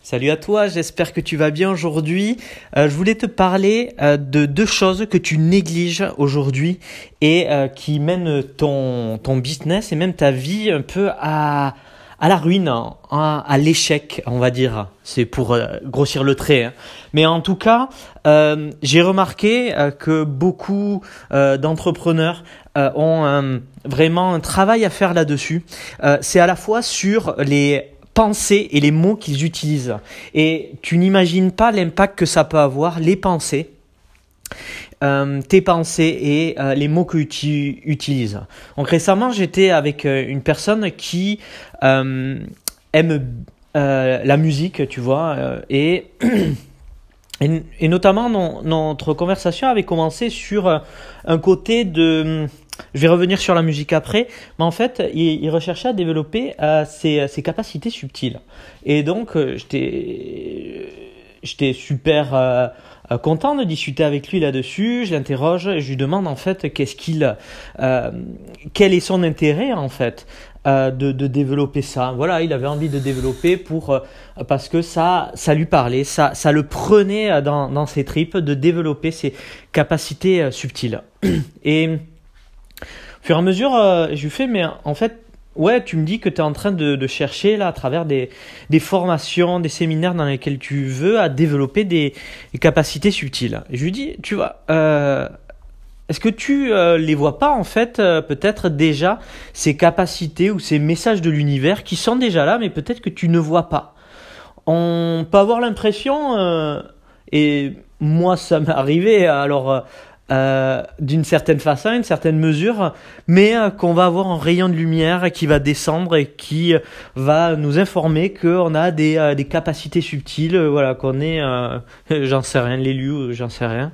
Salut à toi, j'espère que tu vas bien aujourd'hui. Je voulais te parler de deux choses que tu négliges aujourd'hui et qui mènent ton business et même ta vie un peu à la ruine, à l'échec, on va dire. C'est pour grossir le trait, hein. Mais en tout cas, j'ai remarqué que beaucoup d'entrepreneurs ont vraiment un travail à faire là-dessus. C'est à la fois sur les pensées et les mots qu'ils utilisent. Et tu n'imagines pas l'impact que ça peut avoir, les pensées, tes pensées et les mots que tu utilises. Donc récemment, j'étais avec une personne qui aime la musique, tu vois, et notamment notre conversation avait commencé sur un côté de... Je vais revenir sur la musique après, mais en fait, il recherchait à développer ses capacités subtiles. Et donc, j'étais super content de discuter avec lui là-dessus. Je l'interroge et je lui demande en fait quel est son intérêt en fait de développer ça. Voilà, il avait envie de développer parce que ça lui parlait, ça le prenait dans ses tripes de développer ses capacités subtiles. Et au fur et à mesure, je lui fais, mais en fait, ouais, tu me dis que tu es en train de chercher là à travers des formations, des séminaires dans lesquels tu veux à développer des capacités subtiles. Et je lui dis, tu vois, est-ce que tu les vois pas en fait peut-être déjà ces capacités ou ces messages de l'univers qui sont déjà là, mais peut-être que tu ne vois pas. On peut avoir l'impression, et moi ça m'est arrivé, alors d'une certaine façon, une certaine mesure, mais qu'on va avoir un rayon de lumière qui va descendre et qui va nous informer qu'on a des capacités subtiles, voilà, qu'on est, j'en sais rien, l'élu, j'en sais rien.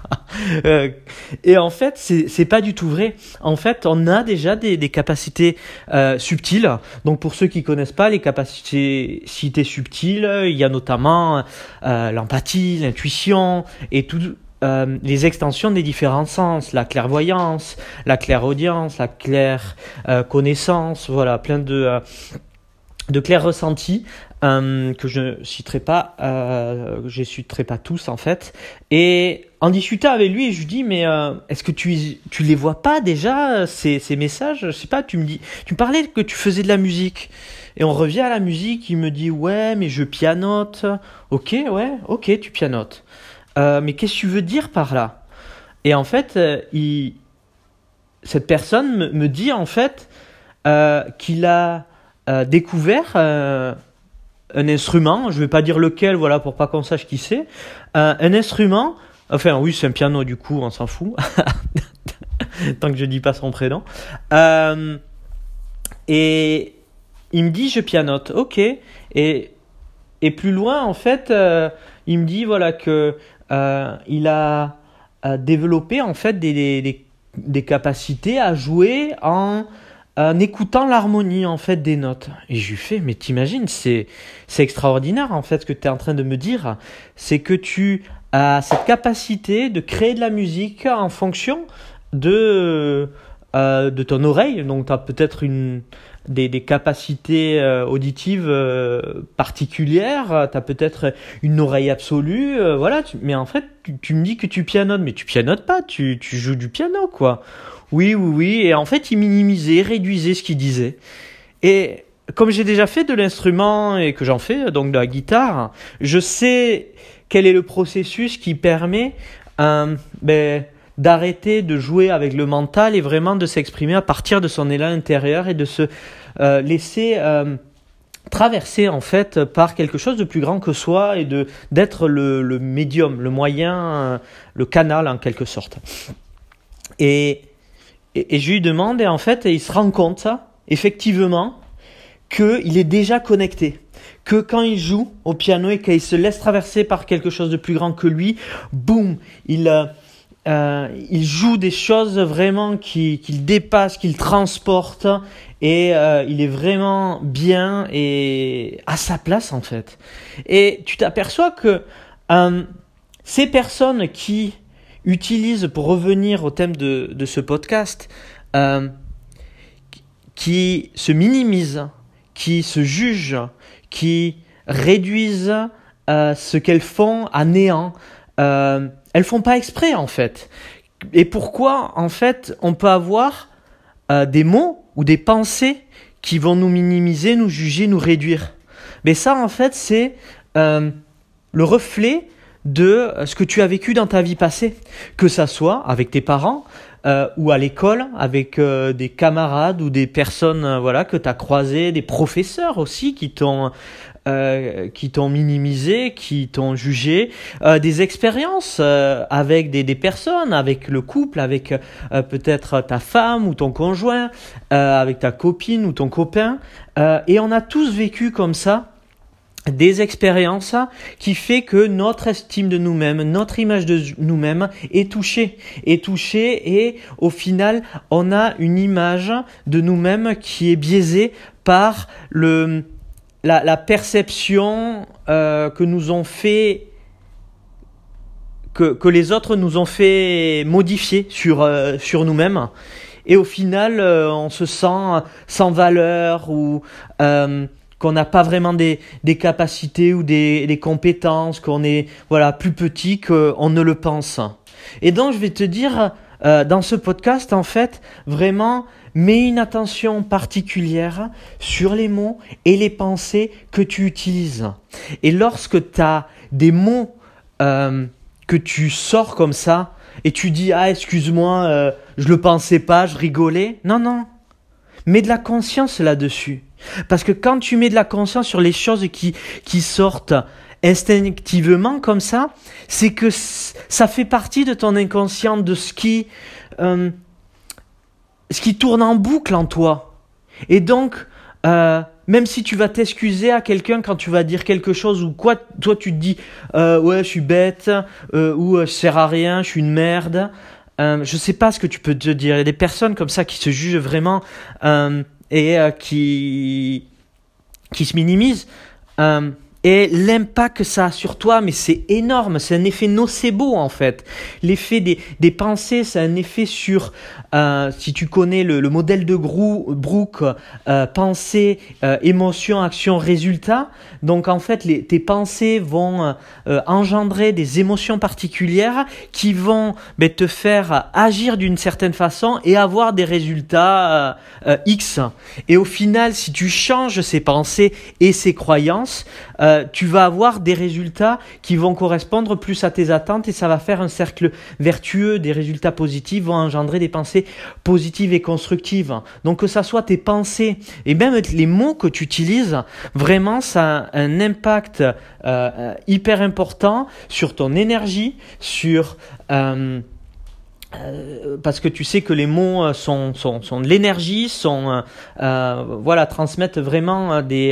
Et en fait, c'est pas du tout vrai. En fait, on a déjà des capacités subtiles. Donc, pour ceux qui connaissent pas les capacités subtiles, il y a notamment l'empathie, l'intuition et tout. Les extensions des différents sens, la clairvoyance, la clairaudience, la claire connaissance, voilà, plein de clairs ressentis que je citerai pas, je citerai pas tous en fait. Et en discutant avec lui, je lui dis mais est-ce que tu les vois pas déjà ces messages? Je sais pas, tu me parlais que tu faisais de la musique. Et on revient à la musique, il me dit ouais mais je pianote. Ok, ouais, ok, tu pianotes. Mais qu'est-ce que tu veux dire par là? Et en fait, cette personne me dit en fait qu'il a découvert un instrument, je ne vais pas dire lequel, voilà, pour pas qu'on sache qui c'est, un instrument, enfin oui c'est un piano du coup, on s'en fout, tant que je dis pas son prénom, et il me dit je pianote, ok, et plus loin en fait, il me dit voilà que il a développé en fait des capacités à jouer en écoutant l'harmonie en fait des notes. Et je lui fais mais t'imagines, c'est extraordinaire en fait ce que tu es en train de me dire, c'est que tu as cette capacité de créer de la musique en fonction de ton oreille. Donc tu as peut-être des capacités auditives particulières, tu as peut-être une oreille absolue, voilà. Mais en fait, tu me dis que tu pianotes, mais tu pianotes pas, tu joues du piano, quoi. Oui. Et en fait, il minimisait, réduisait ce qu'il disait. Et comme j'ai déjà fait de l'instrument et que j'en fais, donc de la guitare, je sais quel est le processus qui permet d'arrêter de jouer avec le mental et vraiment de s'exprimer à partir de son élan intérieur et de se laisser traverser en fait par quelque chose de plus grand que soi et d'être le médium, le moyen, le canal en quelque sorte. Et je lui demande et en fait il se rend compte effectivement qu'il est déjà connecté. Que quand il joue au piano et qu'il se laisse traverser par quelque chose de plus grand que lui, boum, il joue des choses vraiment qu'il dépasse, qu'il transporte et il est vraiment bien et à sa place en fait. Et tu t'aperçois que ces personnes qui utilisent, pour revenir au thème de ce podcast, qui se minimisent, qui se jugent, qui réduisent ce qu'elles font à néant. Elles font pas exprès en fait. Et pourquoi en fait on peut avoir des mots ou des pensées qui vont nous minimiser, nous juger, nous réduire. Mais ça en fait c'est le reflet de ce que tu as vécu dans ta vie passée, que ça soit avec tes parents ou à l'école, avec des camarades ou des personnes voilà, que tu as croisées, des professeurs aussi qui t'ont minimisé, qui t'ont jugé, des expériences avec des personnes, avec le couple, avec peut-être ta femme ou ton conjoint, avec ta copine ou ton copain. Et on a tous vécu comme ça des expériences qui fait que notre estime de nous-mêmes, notre image de nous-mêmes est touchée et au final on a une image de nous-mêmes qui est biaisée par la perception que nous ont fait que les autres nous ont fait modifier sur nous-mêmes et au final on se sent sans valeur ou qu'on n'a pas vraiment des capacités ou des compétences, qu'on est plus petit qu'on ne le pense. Et donc je vais te dire dans ce podcast en fait vraiment mets une attention particulière sur les mots et les pensées que tu utilises. Et lorsque tu as des mots que tu sors comme ça et tu dis ah excuse-moi je le pensais pas, je rigolais. Non. Mets de la conscience là-dessus. Parce que quand tu mets de la conscience sur les choses qui sortent instinctivement comme ça, c'est que ça fait partie de ton inconscient, de ce qui tourne en boucle en toi. Et donc, même si tu vas t'excuser à quelqu'un quand tu vas dire quelque chose ou quoi, toi tu te dis ouais je suis bête ou je sers à rien, je suis une merde. Je sais pas ce que tu peux te dire. Il y a des personnes comme ça qui se jugent vraiment et qui se minimisent. Et l'impact que ça a sur toi, mais c'est énorme, c'est un effet nocebo en fait. L'effet des pensées, c'est un effet sur, si tu connais le modèle de Brooke, pensée, émotion, action, résultat. Donc en fait, tes pensées vont engendrer des émotions particulières qui vont te faire agir d'une certaine façon et avoir des résultats X. Et au final, si tu changes ces pensées et ces croyances, tu vas avoir des résultats qui vont correspondre plus à tes attentes et ça va faire un cercle vertueux. Des résultats positifs vont engendrer des pensées positives et constructives. Donc que ça soit tes pensées et même les mots que tu utilises, vraiment ça a un impact hyper important sur ton énergie, sur parce que tu sais que les mots sont de l'énergie, transmettent vraiment des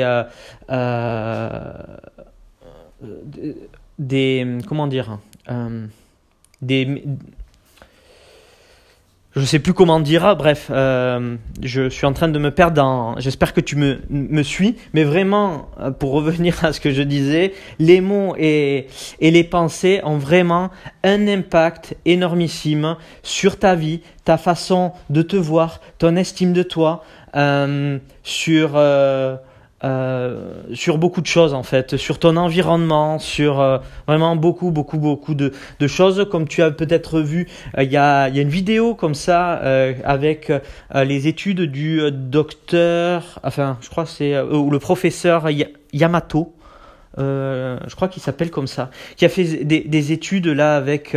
comment dire des je sais plus comment dire, bref, je suis en train de me perdre j'espère que tu me suis, mais vraiment, pour revenir à ce que je disais, les mots et les pensées ont vraiment un impact énormissime sur ta vie, ta façon de te voir, ton estime de toi, sur beaucoup de choses en fait, sur ton environnement, sur vraiment beaucoup de choses. Comme tu as peut-être vu, il y a une vidéo comme ça avec les études du docteur, enfin je crois que c'est ou le professeur Yamato. Je crois qu'il s'appelle comme ça, qui a fait des études là avec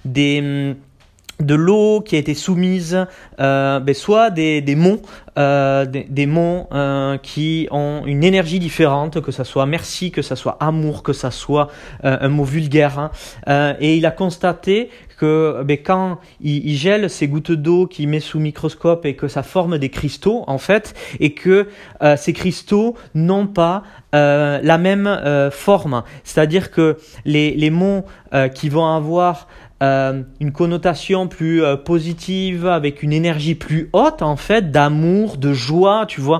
de l'eau qui a été soumise, soit des mots, des mots qui ont une énergie différente, que ça soit merci, que ça soit amour, que ça soit un mot vulgaire. Et il a constaté que quand il gèle ces gouttes d'eau qu'il met sous microscope et que ça forme des cristaux en fait, et que ces cristaux n'ont pas la même forme. C'est-à-dire que les mots qui vont avoir une connotation plus positive, avec une énergie plus haute en fait, d'amour, de joie, tu vois,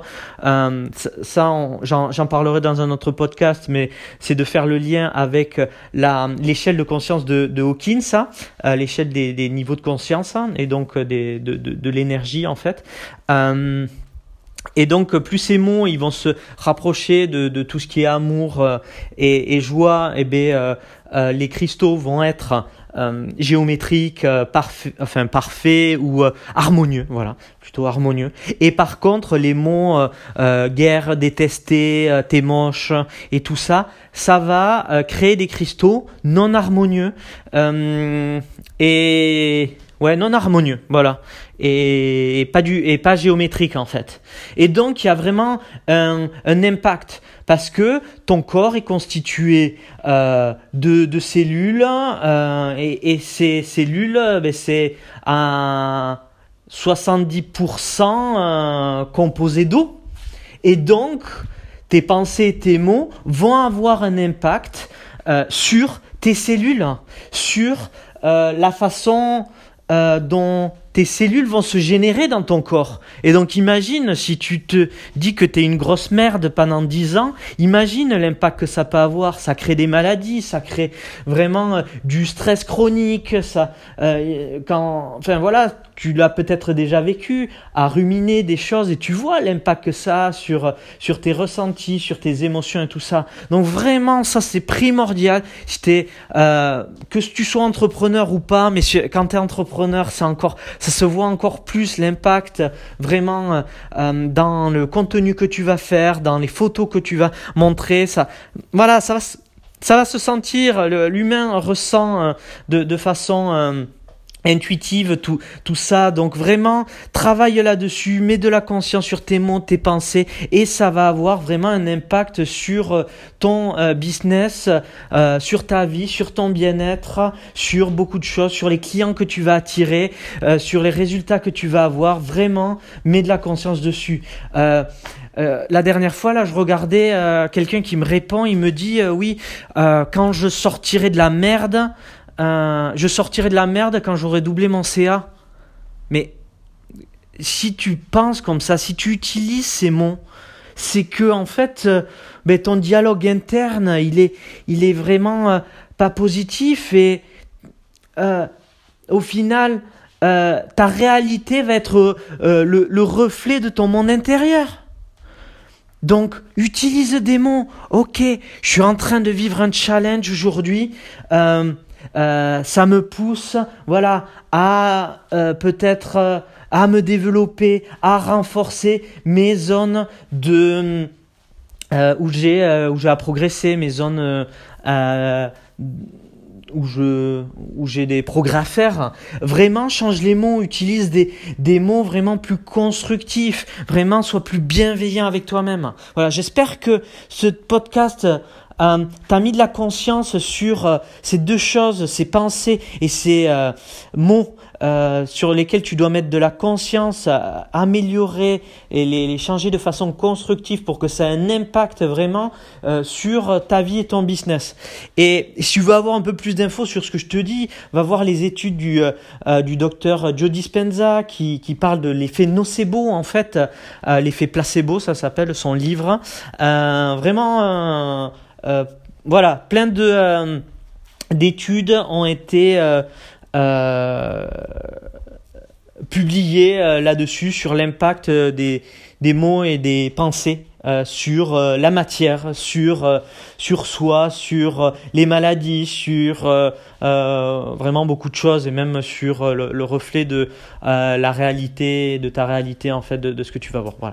j'en parlerai dans un autre podcast, mais c'est de faire le lien avec l'échelle de conscience de Hawkins, l'échelle des niveaux de conscience, et donc de l'énergie en fait. Et donc, plus ces mots, ils vont se rapprocher de tout ce qui est amour et joie, les cristaux vont être géométriques, parfaits ou harmonieux, voilà, plutôt harmonieux. Et par contre, les mots guerre, détester, t'es moche et tout ça, ça va créer des cristaux non harmonieux non harmonieux, voilà, et pas géométrique en fait. Et donc il y a vraiment un impact parce que ton corps est constitué de cellules et ces cellules, c'est à 70% composées d'eau. Et donc tes pensées, tes mots vont avoir un impact sur tes cellules, sur la façon dont tes cellules vont se générer dans ton corps. Et donc imagine, si tu te dis que tu es une grosse merde pendant 10 ans, imagine l'impact que ça peut avoir. Ça crée des maladies, ça crée vraiment du stress chronique. Tu l'as peut-être déjà vécu, à ruminer des choses et tu vois l'impact que ça a sur tes ressentis, sur tes émotions et tout ça. Donc vraiment, ça c'est primordial. Que tu sois entrepreneur ou pas, mais quand tu es entrepreneur, ça se voit encore plus l'impact vraiment dans le contenu que tu vas faire, dans les photos que tu vas montrer. Ça va se sentir. L'humain ressent de façon intuitive tout ça. Donc vraiment travaille là-dessus, mets de la conscience sur tes mots, tes pensées et ça va avoir vraiment un impact sur ton business, sur ta vie, sur ton bien-être, sur beaucoup de choses, sur les clients que tu vas attirer, sur les résultats que tu vas avoir. Vraiment mets de la conscience dessus. La dernière fois, là, je regardais quelqu'un qui me répond, il me dit quand je sortirai de la merde, je sortirai de la merde quand j'aurai doublé mon CA. Mais si tu penses comme ça, si tu utilises ces mots, c'est que en fait, ton dialogue interne, il est vraiment pas positif et au final, ta réalité va être le reflet de ton monde intérieur. Donc, utilise des mots. Ok, je suis en train de vivre un challenge aujourd'hui. Ça me pousse, à peut-être à me développer, à renforcer mes zones où j'ai à progresser, mes zones où j'ai des progrès à faire. Vraiment, change les mots, utilise des mots vraiment plus constructifs, vraiment sois plus bienveillant avec toi-même. Voilà, j'espère que ce podcast t'as mis de la conscience sur ces deux choses, ces pensées et ces mots sur lesquels tu dois mettre de la conscience, améliorer et les changer de façon constructive pour que ça ait un impact vraiment sur ta vie et ton business. Et si tu veux avoir un peu plus d'infos sur ce que je te dis, va voir les études du docteur Joe Dispenza qui parle de l'effet nocebo, en fait, l'effet placebo, ça s'appelle son livre. Vraiment... plein d'études ont été publiées là-dessus sur l'impact des mots et des pensées sur la matière, sur soi, sur les maladies, sur vraiment beaucoup de choses et même sur le reflet de la réalité, de ta réalité en fait, de ce que tu vas voir. Voilà.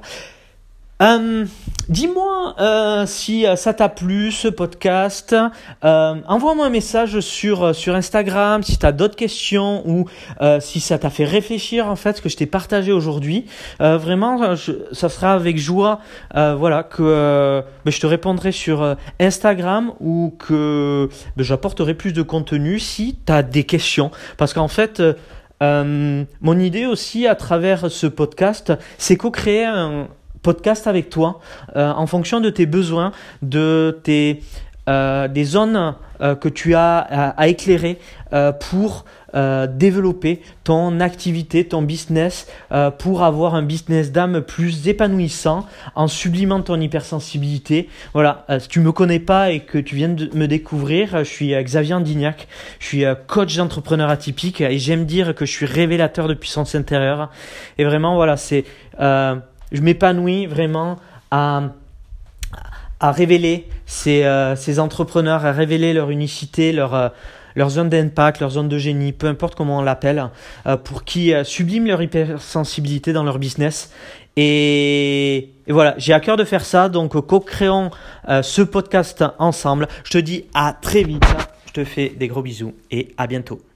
Dis-moi si ça t'a plu ce podcast, envoie-moi un message sur Instagram si tu as d'autres questions ou si ça t'a fait réfléchir en fait ce que je t'ai partagé aujourd'hui. Vraiment ça sera avec joie que je te répondrai sur Instagram ou que j'apporterai plus de contenu si tu as des questions, parce qu'en fait mon idée aussi à travers ce podcast, c'est co-créer un podcast avec toi en fonction de tes besoins, des zones que tu as à éclairer pour développer ton activité, ton business, pour avoir un business d'âme plus épanouissant en sublimant ton hypersensibilité. Voilà, si tu me connais pas et que tu viens de me découvrir, je suis Xavier Andignac, je suis coach d'entrepreneur atypique et j'aime dire que je suis révélateur de puissance intérieure. Et vraiment, voilà, je m'épanouis vraiment à révéler ces entrepreneurs, à révéler leur unicité, leur zone d'impact, leur zone de génie, peu importe comment on l'appelle, pour qu'ils subliment leur hypersensibilité dans leur business. Et voilà, j'ai à cœur de faire ça, donc co-créons ce podcast ensemble. Je te dis à très vite, je te fais des gros bisous et à bientôt.